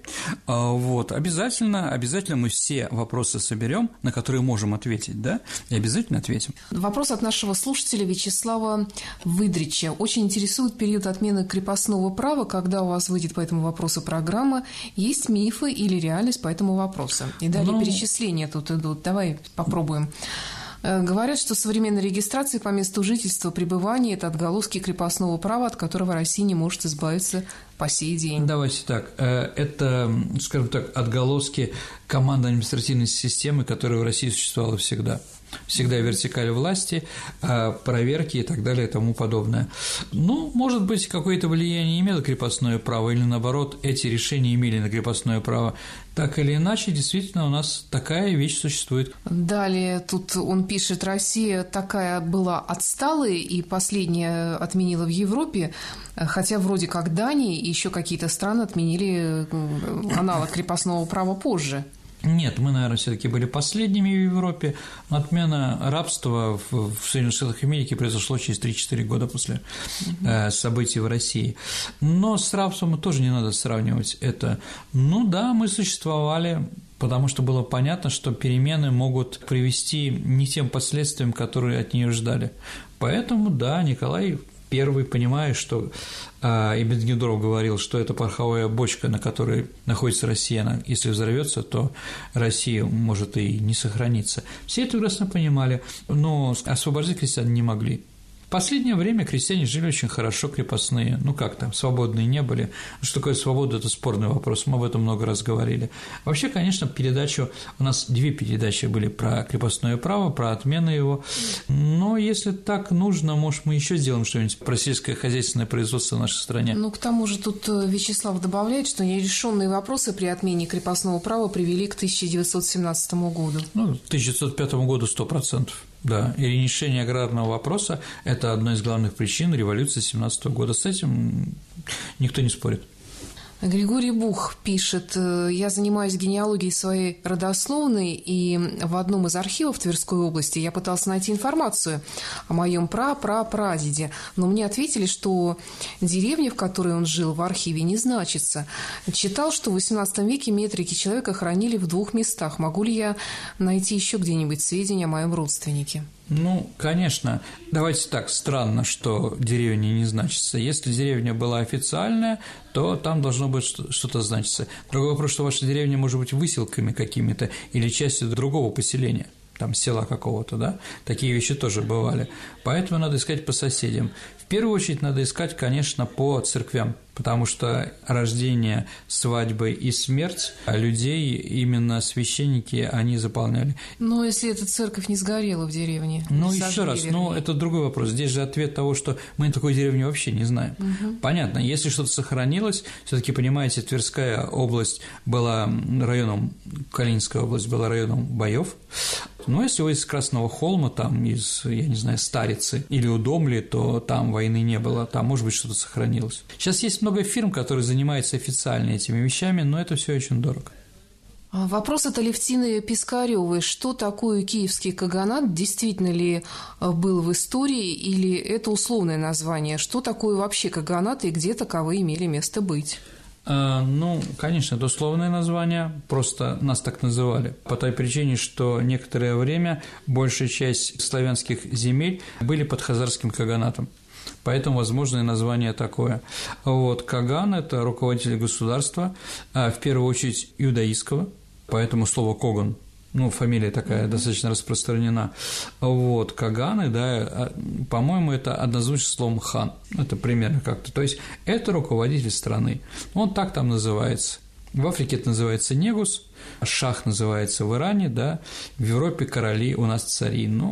вот, обязательно, обязательно мы все вопросы соберем, на которые можем ответить, да, и обязательно ответим. Вопрос от нашего слушателя Вячеслава Выдрича. Очень интересует период отмены крепостного права, когда у вас выйдет по этому вопросу программа, есть мифы или реальность по этому вопросу? И далее ну... перечисления тут идут. Давай попробуем. Говорят, что современная регистрация по месту жительства, пребывания – это отголоски крепостного права, от которого Россия не может избавиться по сей день. Давайте так. Это, скажем так, отголоски командно-административной системы, которая в России существовала всегда. Всегда вертикаль власти, проверки и так далее и тому подобное. Ну, может быть, какое-то влияние имело крепостное право, или наоборот, эти решения имели на крепостное право. Так или иначе, действительно, у нас такая вещь существует. Далее тут он пишет, Россия такая была отсталой и последняя отменила в Европе, хотя вроде как Дания и еще какие-то страны отменили аналог крепостного права позже. Нет, мы, наверное, все-таки были последними в Европе. Отмена рабства в Соединенных Штатах Америки произошло через три-четыре года после mm-hmm. событий в России. Но с рабством тоже не надо сравнивать это. Ну да, мы существовали, потому что было понятно, что перемены могут привести не тем последствиям, которые от нее ждали. Поэтому, да, Николай Первый, понимая, что а, и Бенкендорф говорил, что это пороховая бочка, на которой находится Россия, она, если взорвется, то Россия может и не сохраниться. Все это прекрасно понимали, но освободить крестьян не могли. В последнее время крестьяне жили очень хорошо, крепостные, ну как там, свободные не были. Что такое свобода – это спорный вопрос, мы об этом много раз говорили. Вообще, конечно, передачу, у нас две передачи были про крепостное право, про отмену его, но если так нужно, может, мы еще сделаем что-нибудь про сельскохозяйственное производство в нашей стране. Ну, к тому же тут Вячеслав добавляет, что нерешенные вопросы при отмене крепостного права привели к тысяча девятьсот семнадцатому году. Ну, к тысяча девятьсот пятому году сто процентов. Да, и решение аграрного вопроса – это одна из главных причин революции семнадцатого года. С этим никто не спорит. Григорий Бух пишет, я занимаюсь генеалогией своей родословной, и в одном из архивов Тверской области я пытался найти информацию о моем пра-пра-прадеде, но мне ответили, что деревня, в которой он жил, в архиве не значится. Читал, что в восемнадцатом веке метрики человека хранили в двух местах. Могу ли я найти еще где-нибудь сведения о моем родственнике? Ну, конечно. Давайте так, странно, что деревня не значится. Если деревня была официальная, то там должно быть что-то значиться. Другой вопрос, что ваша деревня может быть выселками какими-то или частью другого поселения, там села какого-то, да? Такие вещи тоже бывали. Поэтому надо искать по соседям. В первую очередь надо искать, конечно, по церквям, потому что рождение, свадьбы и смерть людей именно священники, они заполняли. Но если эта церковь не сгорела в деревне? Ну, еще раз, ну, это другой вопрос. Здесь же ответ того, что мы такой деревни вообще не знаем. Угу. Понятно, если что-то сохранилось, все-таки, понимаете, Тверская область была районом, Калининская область была районом боев. Но если вы из Красного Холма, там, из, я не знаю, Старицы или Удомли, то там войны не было, там, может быть, что-то сохранилось. Сейчас есть много фирм, которые занимаются официально этими вещами, но это все очень дорого. Вопрос от Алевтины Пискарёвой. Что такое киевский каганат? Действительно ли был в истории или это условное название? Что такое вообще каганат и где таковые имели место быть? Ну, конечно, это условное название, просто нас так называли, по той причине, что некоторое время большая часть славянских земель были под хазарским каганатом. Поэтому возможное название такое. Вот, Каган – это руководитель государства, в первую очередь иудаистского, поэтому слово «коган», ну, фамилия такая mm-hmm. достаточно распространена. Вот, Каганы, да, по-моему, это однозвучно словом хан, это примерно как-то. То есть это руководитель страны, он так там называется. В Африке это называется негус, шах называется в Иране, да, в Европе короли, у нас цари, ну,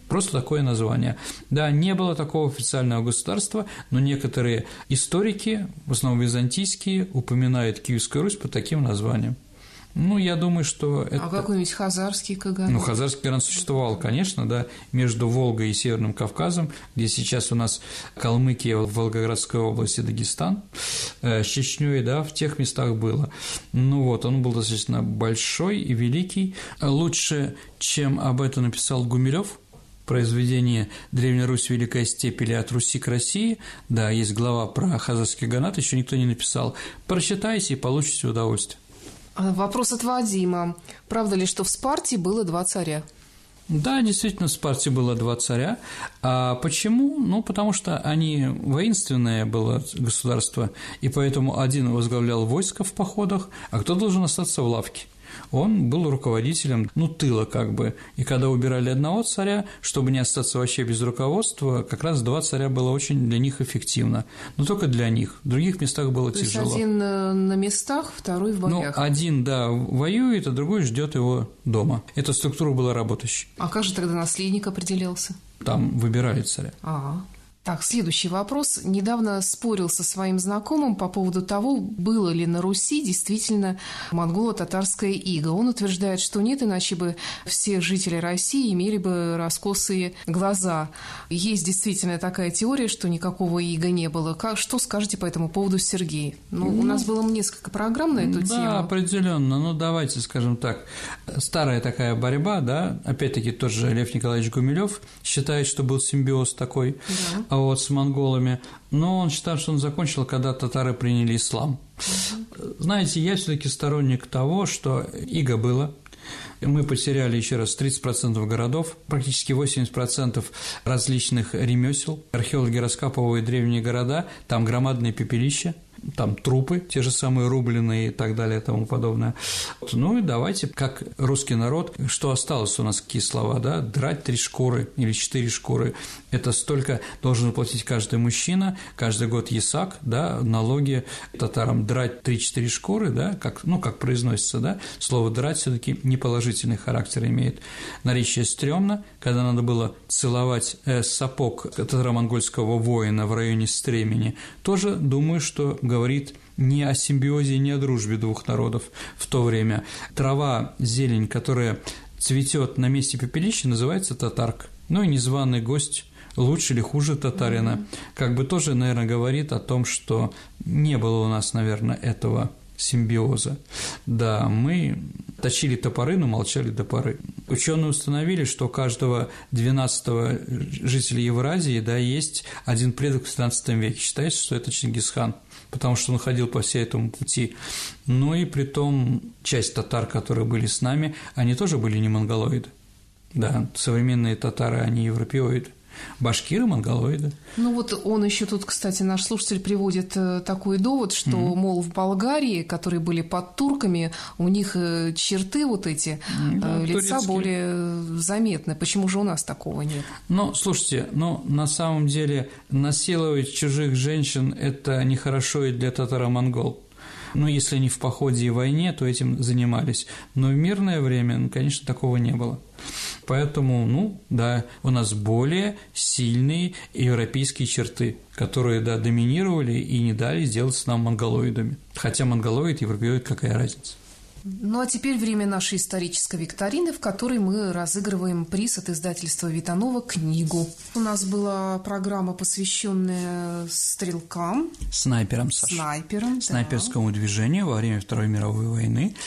Просто такое название. Да, не было такого официального государства, но некоторые историки, в основном византийские, упоминают Киевскую Русь под таким названием. Ну, я думаю, что это… А какой-нибудь хазарский Каганат? Ну, хазарский Каганат существовал, конечно, да, между Волгой и Северным Кавказом, где сейчас у нас Калмыкия, Волгоградская область и Дагестан, э, с Чечнёй, да, в тех местах было. Ну вот, он был достаточно большой и великий. Лучше, чем об этом написал Гумилёв, произведение «Древняя Русь. Великая степь» или «От Руси к России», да, есть глава про хазарский Каганат, еще никто не написал. Прочитайте и получите удовольствие. Вопрос от Вадима. Правда ли, что в Спарте было два царя? Да, действительно, в Спарте было два царя. А почему? Ну, потому что они воинственное было государство, и поэтому один возглавлял войско в походах, а кто должен остаться в лавке? Он был руководителем, ну, тыла как бы, и когда убирали одного царя, чтобы не остаться вообще без руководства, как раз два царя было очень для них эффективно, но только для них, в других местах было То тяжело. То есть один на местах, второй в боях? Ну, один, да, воюет, а другой ждет его дома. Эта структура была работающей. А как же тогда наследник определялся? Там выбирали царя. Ага. Так, следующий вопрос. Недавно спорил со своим знакомым по поводу того, было ли на Руси действительно монголо-татарское иго. Он утверждает, что нет, иначе бы все жители России имели бы раскосые глаза. Есть действительно такая теория, что никакого ига не было. Как, что скажете по этому поводу, Сергей? Ну, ну, у нас было несколько программ на эту да, тему. Да, определенно. Ну, давайте скажем так. Старая такая борьба, да, опять-таки тот же Лев Николаевич Гумилёв считает, что был симбиоз такой. Да. А вот с монголами, но он считает, что он закончил, когда татары приняли ислам. Uh-huh. Знаете, я все-таки сторонник того, что иго было. Мы потеряли, еще раз, тридцать процентов городов, практически восемьдесят процентов различных ремесел. Археологи раскапывают древние города, там громадные пепелища, там трупы, те же самые рубленые и так далее и тому подобное. Ну и давайте, как русский народ, что осталось у нас, какие слова, да, драть три шкуры или четыре шкуры, это столько должен платить каждый мужчина, каждый год ясак, да, налоги татарам, драть три-четыре шкуры, да, как, ну, как произносится, да, слово драть все-таки неположительный характер имеет. Наречие стрёмно, когда надо было целовать э, сапог татаро-монгольского воина в районе Стремени, тоже думаю, что говорит не о симбиозе, не о дружбе двух народов в то время. Трава, зелень, которая цветет на месте пепелища, называется татарка. Ну и незваный гость лучше или хуже татарина, mm-hmm. как бы тоже, наверное, говорит о том, что не было у нас, наверное, этого симбиоза. Да, мы точили топоры, но молчали до поры. Ученые установили, что у каждого двенадцатого жителя Евразии, да, есть один предок в тринадцатом веке. Считается, что это Чингисхан, потому что он ходил по всей этому пути. Ну и при том часть татар, которые были с нами, они тоже были не монголоиды. Да, современные татары, они европеоиды. Башкиры, монголоиды. Ну вот он еще тут, кстати, наш слушатель приводит такой довод, что, mm-hmm. мол, в Болгарии, которые были под турками, у них черты вот эти да, лица турецкие. Более заметны. Почему же у нас такого нет? Ну, слушайте, ну, на самом деле насиловать чужих женщин – это нехорошо и для татаро-монгол. Ну, если они в походе и войне, то этим занимались. Но в мирное время, ну, конечно, такого не было. Поэтому, ну, да, у нас более сильные европейские черты, которые, да, доминировали и не дали сделаться нам монголоидами. Хотя монголоид, европеоид, какая разница? Ну, а теперь время нашей исторической викторины, в которой мы разыгрываем приз от издательства Витанова «Книгу». У нас была программа, посвященная стрелкам. Снайперам, Саша. Снайперам, Снайперскому да. движению во время Второй мировой войны.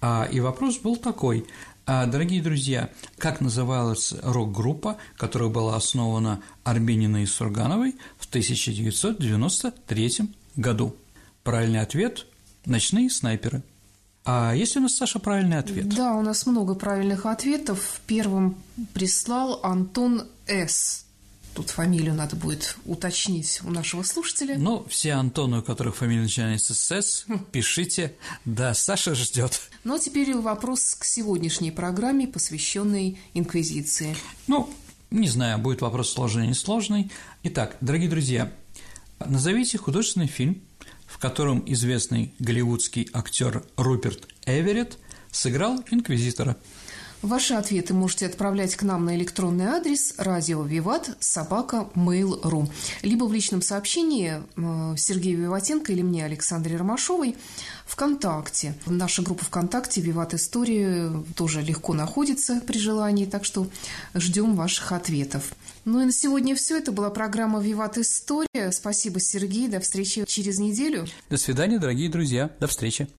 И вопрос был такой. Дорогие друзья, как называлась рок-группа, которая была основана Арбениной и Сургановой в тысяча девятьсот девяносто третьем году? Правильный ответ – «Ночные снайперы». А есть у нас, Саша, правильный ответ? Да, у нас много правильных ответов. Первым прислал Антон С. Тут фамилию надо будет уточнить у нашего слушателя. Ну, все Антоны, у которых фамилия начинается с «С», пишите. Да, Саша ждет. Ну, а теперь вопрос к сегодняшней программе, посвященной Инквизиции. Ну, не знаю, будет вопрос сложный или несложный. Итак, дорогие друзья, назовите художественный фильм, в котором известный голливудский актер Руперт Эверетт сыграл инквизитора. Ваши ответы можете отправлять к нам на электронный адрес радио виват собака мейл точка ру, либо в личном сообщении Сергею Виватенко или мне, Александре Ромашовой, ВКонтакте. Наша группа ВКонтакте «Виват История» тоже легко находится при желании, так что ждем ваших ответов. Ну и на сегодня все. Это была программа «Виват История». Спасибо, Сергей. До встречи через неделю. До свидания, дорогие друзья. До встречи.